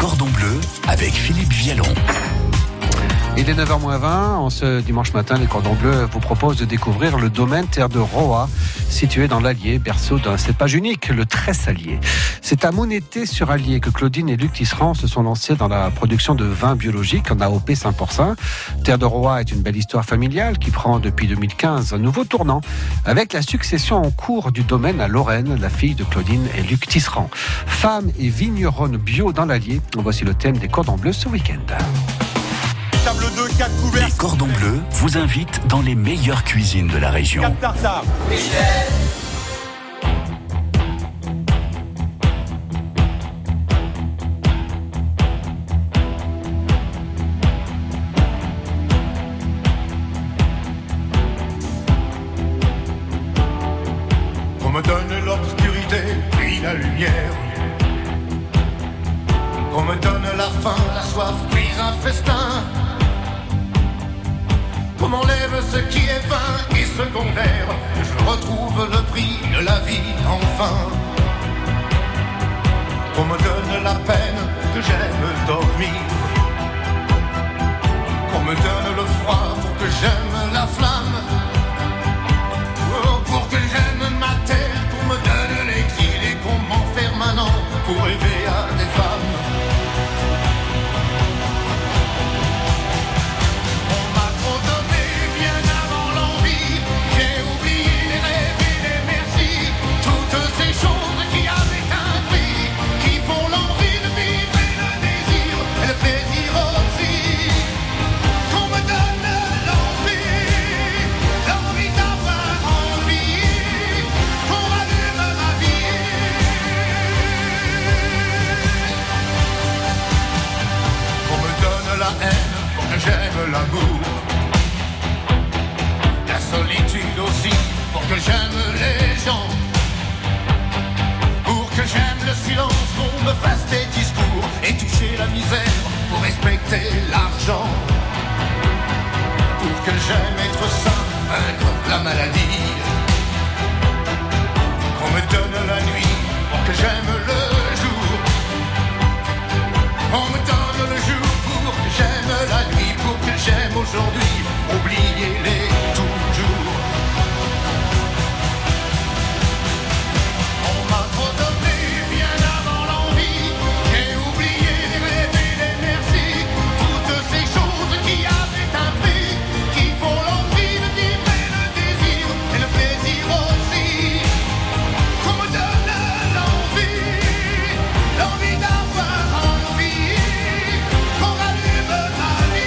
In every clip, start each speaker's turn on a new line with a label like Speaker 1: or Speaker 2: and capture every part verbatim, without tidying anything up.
Speaker 1: cordons bleus avec Philippe Vialon.
Speaker 2: Il est neuf heures moins vingt, en ce dimanche matin, les Cordons Bleus vous proposent de découvrir le domaine Terre de Roa, situé dans l'Allier, berceau d'un cépage unique, le Tresse-Allier. C'est à Monété-sur-Allier que Claudine et Luc Tisserand se sont lancés dans la production de vins biologiques en A O P cinq pour cent. Terre de Roa est une belle histoire familiale qui prend depuis deux mille quinze un nouveau tournant, avec la succession en cours du domaine à Lorraine, la fille de Claudine et Luc Tisserand. Femme et vigneronne bio dans l'Allier, voici le thème des Cordons Bleus ce week-end.
Speaker 1: Les Cordons Bleus vous invitent dans les meilleures cuisines de la région.
Speaker 3: Qu'on me donne l'obscurité puis la lumière, qu'on me donne la faim, la soif puis un festin, qu'on m'enlève ce qui est vain et secondaire, que je retrouve le prix de la vie enfin, qu'on me donne la peine, que j'aime dormir, qu'on me donne le froid pour que j'aime la flamme, oh, pour que j'aime ma terre, qu'on me donne l'exil et qu'on m'enferme maintenant pour rêver à des femmes. J'aime l'amour, la solitude aussi, pour que j'aime les gens, pour que j'aime le silence, qu'on me fasse des discours et toucher la misère pour respecter l'argent, pour que j'aime être sain, vaincre la maladie, qu'on me donne la nuit pour que j'aime le jour, on me donne le jour pour que j'aime la nuit. Pour que j'aime aujourd'hui, oubliez-les toujours. On m'a trop donné bien avant l'envie, j'ai oublié les rêves et les merci, toutes ces choses qui avaient un prix, qui font l'envie de vivre et le désir, et le plaisir aussi, qu'on me donne l'envie, l'envie d'avoir envie, qu'on rallume ma vie.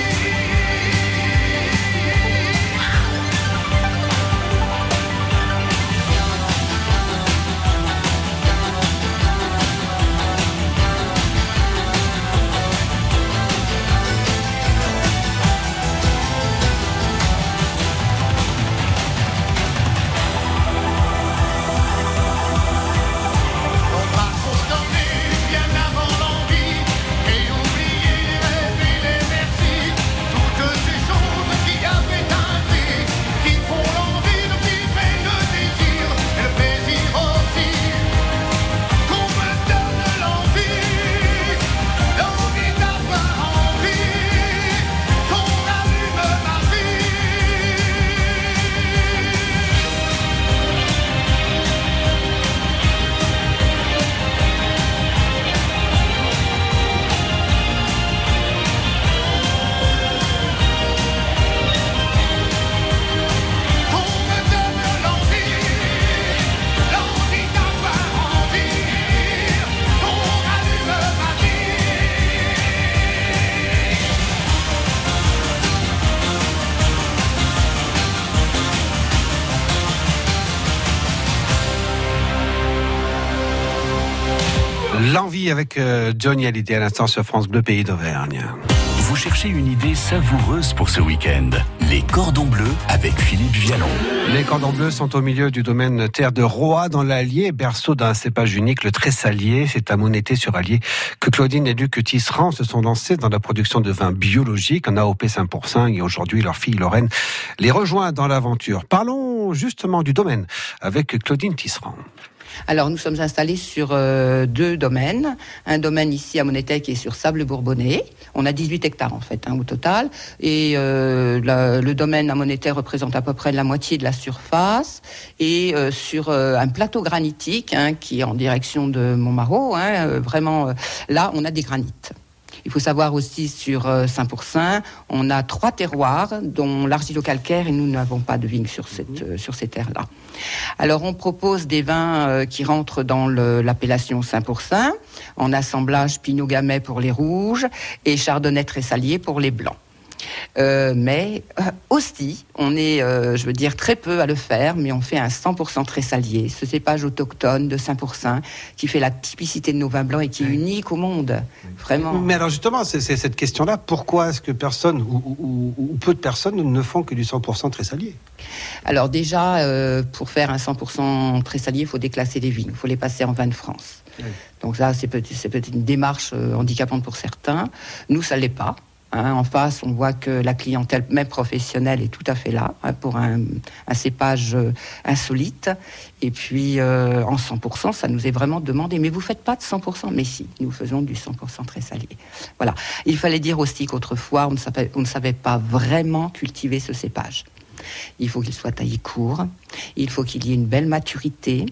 Speaker 2: L'envie avec euh, Johnny Hallyday à l'instant sur France Bleu Pays d'Auvergne.
Speaker 1: Vous cherchez une idée savoureuse pour ce week-end. Les Cordons Bleus avec Philippe Vialon.
Speaker 2: Les Cordons Bleus sont au milieu du domaine Terre de Roa dans l'Allier, berceau d'un cépage unique, le Tresse-Allier. C'est à Monété-sur-Allier que Claudine et Luc Tisserand se sont lancés dans la production de vins biologiques en A O P cinq pour cent et aujourd'hui leur fille Lorraine les rejoint dans l'aventure. Parlons justement du domaine avec Claudine Tisserand.
Speaker 4: Alors, nous sommes installés sur euh, deux domaines. Un domaine ici à Monétech qui est sur Sable Bourbonnais. On a dix-huit hectares en fait hein, au total. Et euh, la, le domaine à Monétech représente à peu près la moitié de la surface. Et euh, sur euh, un plateau granitique hein, qui est en direction de Montmarault, hein, euh, vraiment, euh, là, on a des granites. Il faut savoir aussi sur euh, Saint-Pourçain, on a trois terroirs, dont l'argilo-calcaire, et nous n'avons pas de vignes sur, cette, euh, sur ces terres-là. Alors, on propose des vins euh, qui rentrent dans le, l'appellation Saint-Pourçain, en assemblage Pinot-Gamay pour les rouges et Chardonnay Tressalier pour les blancs. Euh, mais euh, aussi, on est, euh, je veux dire, très peu à le faire, mais on fait un cent pour cent Tressalier, ce cépage autochtone de Saint-Pourçain, qui fait la typicité de nos vins blancs et qui est oui. unique au monde, oui. vraiment.
Speaker 2: Mais alors justement, c'est, c'est cette question-là, pourquoi est-ce que personne, ou, ou, ou peu de personnes, ne font que du cent pour cent Tressalier ?
Speaker 4: Alors déjà, euh, pour faire un cent pour cent Tressalier, il faut déclasser les vignes, il faut les passer en vin de France. Oui. Donc ça, c'est peut-être, c'est peut-être une démarche euh, handicapante pour certains. Nous, ça ne l'est pas. Hein, en face, on voit que la clientèle, même professionnelle, est tout à fait là hein, pour un, un cépage euh, insolite. Et puis, euh, en cent pour cent, ça nous est vraiment demandé. Mais vous ne faites pas de cent pour cent ? Mais si, nous faisons du cent pour cent Tressalier. Voilà. Il fallait dire aussi qu'autrefois, on ne savait, on ne savait pas vraiment cultiver ce cépage. Il faut qu'il soit taillé court. Il faut qu'il y ait une belle maturité.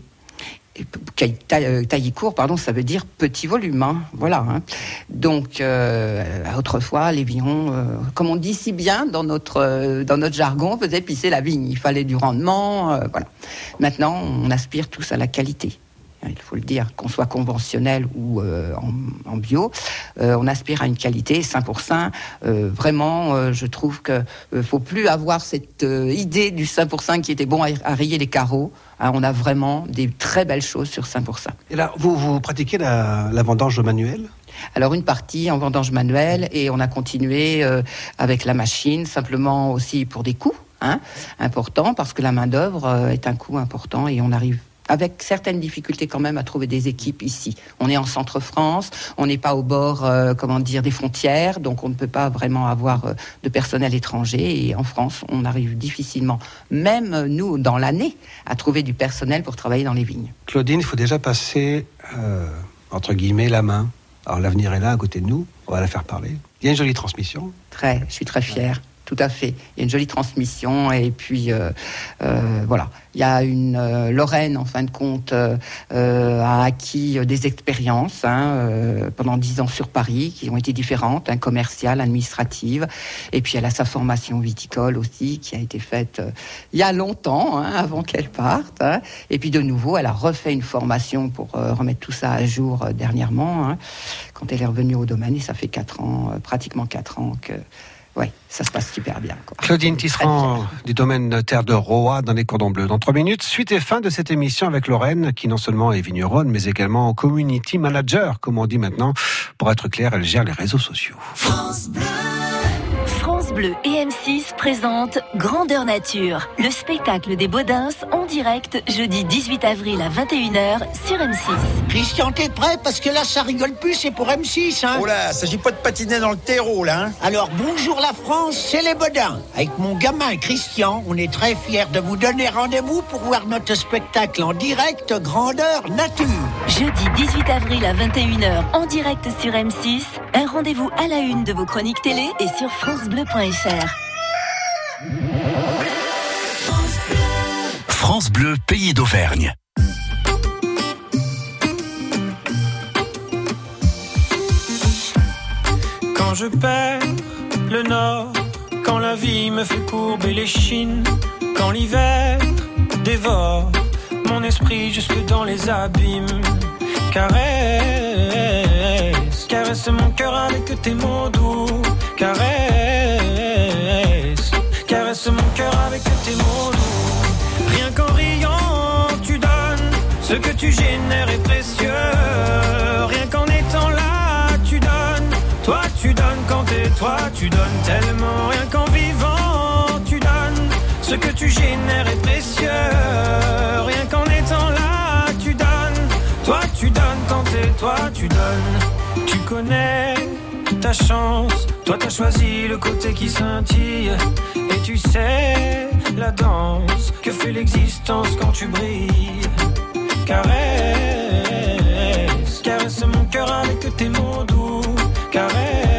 Speaker 4: Taillé court, pardon, ça veut dire petit volume, hein, voilà. Hein. Donc, euh, autrefois, les vignerons, euh, comme on dit si bien dans notre euh, dans notre jargon, faisaient pisser la vigne. Il fallait du rendement, euh, voilà. Maintenant, on aspire tous à la qualité. Il faut le dire, qu'on soit conventionnel ou euh, en, en bio, euh, on aspire à une qualité. Saint-Pourçain, euh, vraiment, euh, je trouve qu'il ne euh, faut plus avoir cette euh, idée du Saint-Pourçain qui était bon à, à rayer les carreaux. Hein, on a vraiment des très belles choses sur Saint-Pourçain.
Speaker 2: Et là, vous, vous pratiquez la, la vendange manuelle ?
Speaker 4: Alors une partie en vendange manuelle et on a continué euh, avec la machine, simplement aussi pour des coûts hein, importants, parce que la main-d'œuvre euh, est un coût important et on arrive avec certaines difficultés quand même à trouver des équipes ici. On est en Centre-France, on n'est pas au bord, euh, comment dire, des frontières, donc on ne peut pas vraiment avoir euh, de personnel étranger. Et en France, on arrive difficilement, même nous, dans l'année, à trouver du personnel pour travailler dans les vignes.
Speaker 2: Claudine, il faut déjà passer, euh, entre guillemets, la main. Alors l'avenir est là, à côté de nous, on va la faire parler. Il y a une jolie transmission.
Speaker 4: Très, je suis très fière. Tout à fait. Il y a une jolie transmission et puis euh, euh, voilà. Il y a une euh, Lorraine en fin de compte euh, a acquis des expériences hein, euh, pendant dix ans sur Paris qui ont été différentes, hein, commerciales, administratives. Et puis elle a sa formation viticole aussi qui a été faite euh, il y a longtemps hein, avant qu'elle parte. Hein. Et puis de nouveau, elle a refait une formation pour euh, remettre tout ça à jour euh, dernièrement hein, quand elle est revenue au domaine. Et ça fait quatre ans, euh, pratiquement quatre ans que oui, ça se passe super bien. Quoi.
Speaker 2: Claudine Tisserand du domaine Terre de Roa dans les Cordons Bleus. Dans trois minutes, suite et fin de cette émission avec Lorraine, qui non seulement est vigneronne, mais également community manager, comme on dit maintenant. Pour être clair, elle gère les réseaux sociaux.
Speaker 5: France Bleu. France Bleu et M six présentent Grandeur Nature, le spectacle des Baudins en direct jeudi dix-huit avril à vingt et une heures sur M six.
Speaker 6: Christian, t'es prêt? Parce que là, ça rigole plus, c'est pour M six, hein.
Speaker 7: Oh là, s'agit pas de patiner dans le terreau, là, hein.
Speaker 6: Alors, bonjour la France, c'est les Baudins. Avec mon gamin Christian, on est très fiers de vous donner rendez-vous pour voir notre spectacle en direct Grandeur Nature.
Speaker 5: Jeudi dix-huit avril à vingt et une heures en direct sur M six. Un rendez-vous à la une de vos chroniques télé et sur francebleu point f r.
Speaker 1: France Bleu, pays d'Auvergne.
Speaker 8: Quand je perds le nord, quand la vie me fait courber les chines, quand l'hiver dévore mon esprit jusque dans les abîmes, caresse, caresse mon cœur avec tes mots doux, caresse, caresse mon cœur avec tes mots doux. Rien qu'en riant tu donnes, ce que tu génères est précieux. Rien qu'en étant là tu donnes, toi tu donnes quand t'es toi, tu donnes tellement. Rien qu'en vivant tu donnes, ce que tu génères est précieux. Rien qu'en étant là tu donnes, toi tu donnes quand t'es toi, tu donnes. Tu connais ta chance, toi t'as choisi le côté qui scintille. Et tu sais la danse que fait l'existence quand tu brilles. caresse, caresse mon cœur avec tes mots doux. Caresse,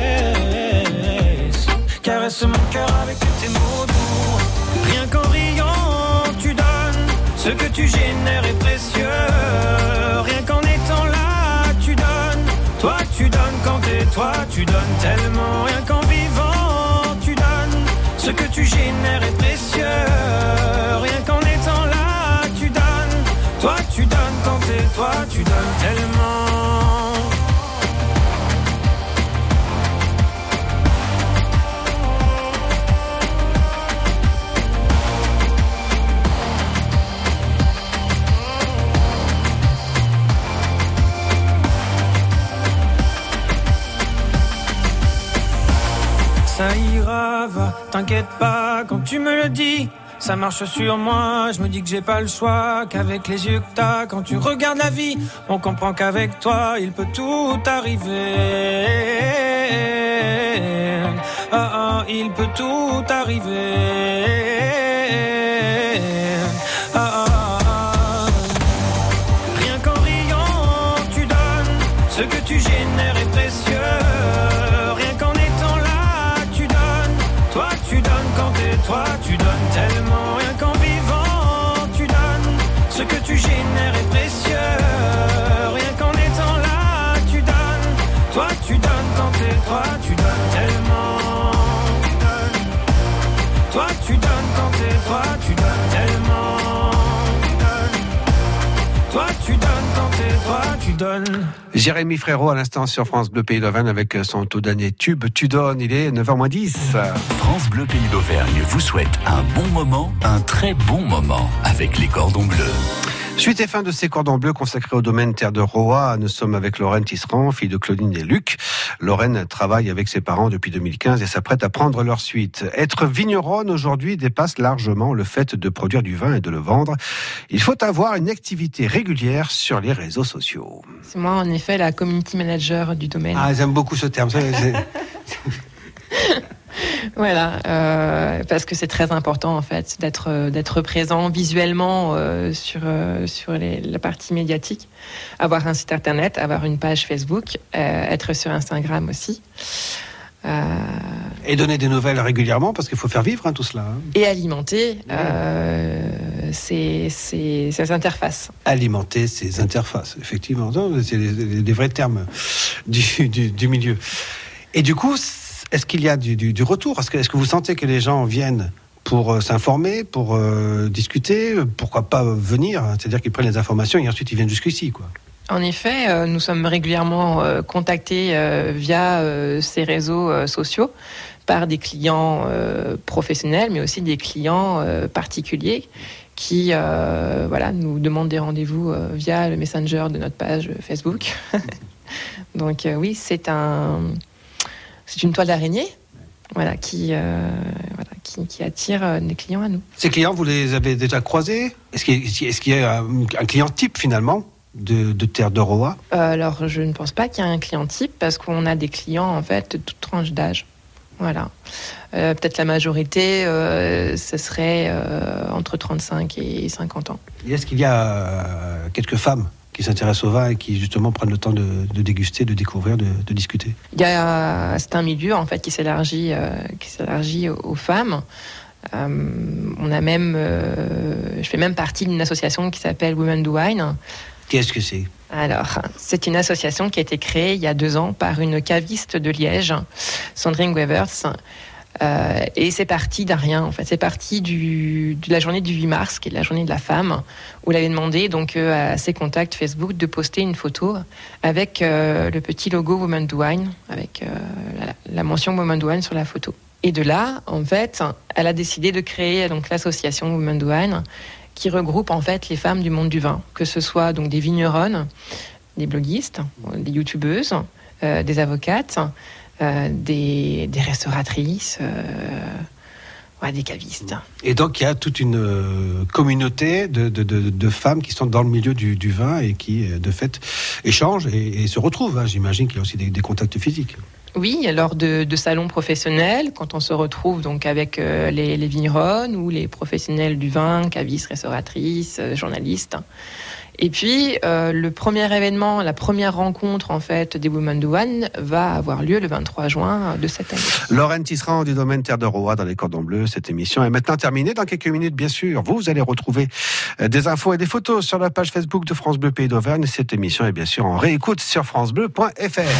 Speaker 8: caresse mon cœur avec tes mots doux. Rien qu'en riant, tu donnes. Ce que tu génères est précieux. Rien qu'en étant là, tu donnes. Toi, tu donnes quand t'es toi, tu donnes tellement. Rien qu'en vivant, tu donnes. Ce que tu génères est précieux. Rien qu'en étant là, tu donnes. Toi, tu donnes quand t'es toi, tu donnes tellement. Ça ira, va, t'inquiète pas quand tu me le dis. Ça marche sur moi, je me dis que j'ai pas le choix. Qu'avec les yeux que t'as, quand tu regardes la vie, on comprend qu'avec toi, il peut tout arriver. Ah ah, il peut tout arriver. Ah ah, ah. Rien qu'en riant, tu donnes. Ce que tu génères est précieux. Toi, tu donnes tellement, rien qu'en vivant, tu donnes. Ce que tu génères est précieux. Rien qu'en étant là, tu donnes. Toi, tu donnes quand t'es toi, tu donnes tellement. Toi, tu donnes quand t'es toi, tu donnes tellement. Toi, tu donnes quand t'es toi, tu donnes.
Speaker 2: Jérémy Frérot à l'instant sur France Bleu Pays d'Auvergne avec son tout dernier tube Tu donnes, il est neuf heures moins dix.
Speaker 1: France Bleu Pays d'Auvergne vous souhaite un bon moment, un très bon moment avec les Cordons Bleus.
Speaker 2: Suite et fin de ces cordons bleus consacrés au domaine Terre de Roa, nous sommes avec Lorraine Tisserand, fille de Claudine et Luc. Lorraine travaille avec ses parents depuis deux mille quinze et s'apprête à prendre leur suite. Être vigneronne aujourd'hui dépasse largement le fait de produire du vin et de le vendre. Il faut avoir une activité régulière sur les réseaux sociaux.
Speaker 9: C'est moi en effet la community manager du domaine.
Speaker 2: Ah, j'aime beaucoup ce terme.
Speaker 9: Voilà, euh, parce que c'est très important en fait d'être d'être présent visuellement euh, sur euh, sur les, la partie médiatique, avoir un site internet, avoir une page Facebook, euh, être sur Instagram aussi. Euh...
Speaker 2: Et donner des nouvelles régulièrement parce qu'il faut faire vivre hein, tout cela. Hein.
Speaker 9: Et alimenter euh, ces, ces, ces interfaces.
Speaker 2: Alimenter ces interfaces, effectivement. Non, c'est des, des vrais termes du, du, du milieu. Et du coup, est-ce qu'il y a du, du, du retour ? Est-ce que, est-ce que vous sentez que les gens viennent pour euh, s'informer, pour euh, discuter ? Pourquoi pas venir ? C'est-à-dire qu'ils prennent les informations et ensuite ils viennent jusqu'ici, quoi.
Speaker 9: En effet, euh, nous sommes régulièrement euh, contactés euh, via euh, ces réseaux euh, sociaux par des clients euh, professionnels, mais aussi des clients euh, particuliers qui euh, voilà, nous demandent des rendez-vous euh, via le messenger de notre page Facebook. Donc euh, oui, c'est un... C'est une toile d'araignée voilà, qui, euh, voilà, qui, qui attire des clients à nous.
Speaker 2: Ces clients, vous les avez déjà croisés ? Est-ce qu'il y a, est-ce qu'il y a un, un client type finalement de, de Terre de Roa ?
Speaker 9: euh, Alors, je ne pense pas qu'il y a un client type parce qu'on a des clients en fait de toute tranche d'âge. Voilà. Euh, peut-être la majorité, euh, ce serait euh, entre trente-cinq et cinquante ans.
Speaker 2: Et est-ce qu'il y a euh, quelques femmes qui s'intéressent au vin et qui justement prennent le temps de, de déguster, de découvrir, de, de discuter ?
Speaker 9: Il y a, c'est un milieu en fait qui s'élargit, euh, qui s'élargit aux femmes. Euh, on a même, euh, je fais même partie d'une association qui s'appelle Women Do Wine.
Speaker 2: Qu'est-ce que c'est ?
Speaker 9: Alors, c'est une association qui a été créée il y a deux ans par une caviste de Liège, Sandrine Wevers. Euh, et c'est parti d'un rien, en fait. C'est parti du, de la journée du huit mars, qui est la journée de la femme, où elle avait demandé donc, euh, à ses contacts Facebook de poster une photo avec euh, le petit logo Women Do Wine, avec euh, la, la mention Women Do Wine sur la photo. Et de là, en fait, elle a décidé de créer donc, l'association Women Do Wine, qui regroupe en fait les femmes du monde du vin, que ce soit donc des vigneronnes, des bloguistes, des youtubeuses, euh, des avocates, Euh, des, des restauratrices, euh, ouais, des cavistes.
Speaker 2: Et donc il y a toute une euh, communauté de, de, de, de femmes qui sont dans le milieu du, du vin et qui, de fait, échangent et, et se retrouvent. Hein. J'imagine qu'il y a aussi des, des contacts physiques.
Speaker 9: Oui, lors de, de salons professionnels, quand on se retrouve donc avec euh, les, les vigneronnes ou les professionnels du vin, cavistes, restauratrices, euh, journalistes. Et puis, euh, le premier événement, la première rencontre en fait des Women do One va avoir lieu le vingt-trois juin de cette année.
Speaker 2: Lorraine Tisserand du domaine Terre de Roa dans les Cordons Bleus. Cette émission est maintenant terminée. Dans quelques minutes, bien sûr, vous allez retrouver des infos et des photos sur la page Facebook de France Bleu Pays d'Auvergne. Cette émission est bien sûr en réécoute sur francebleu point f r.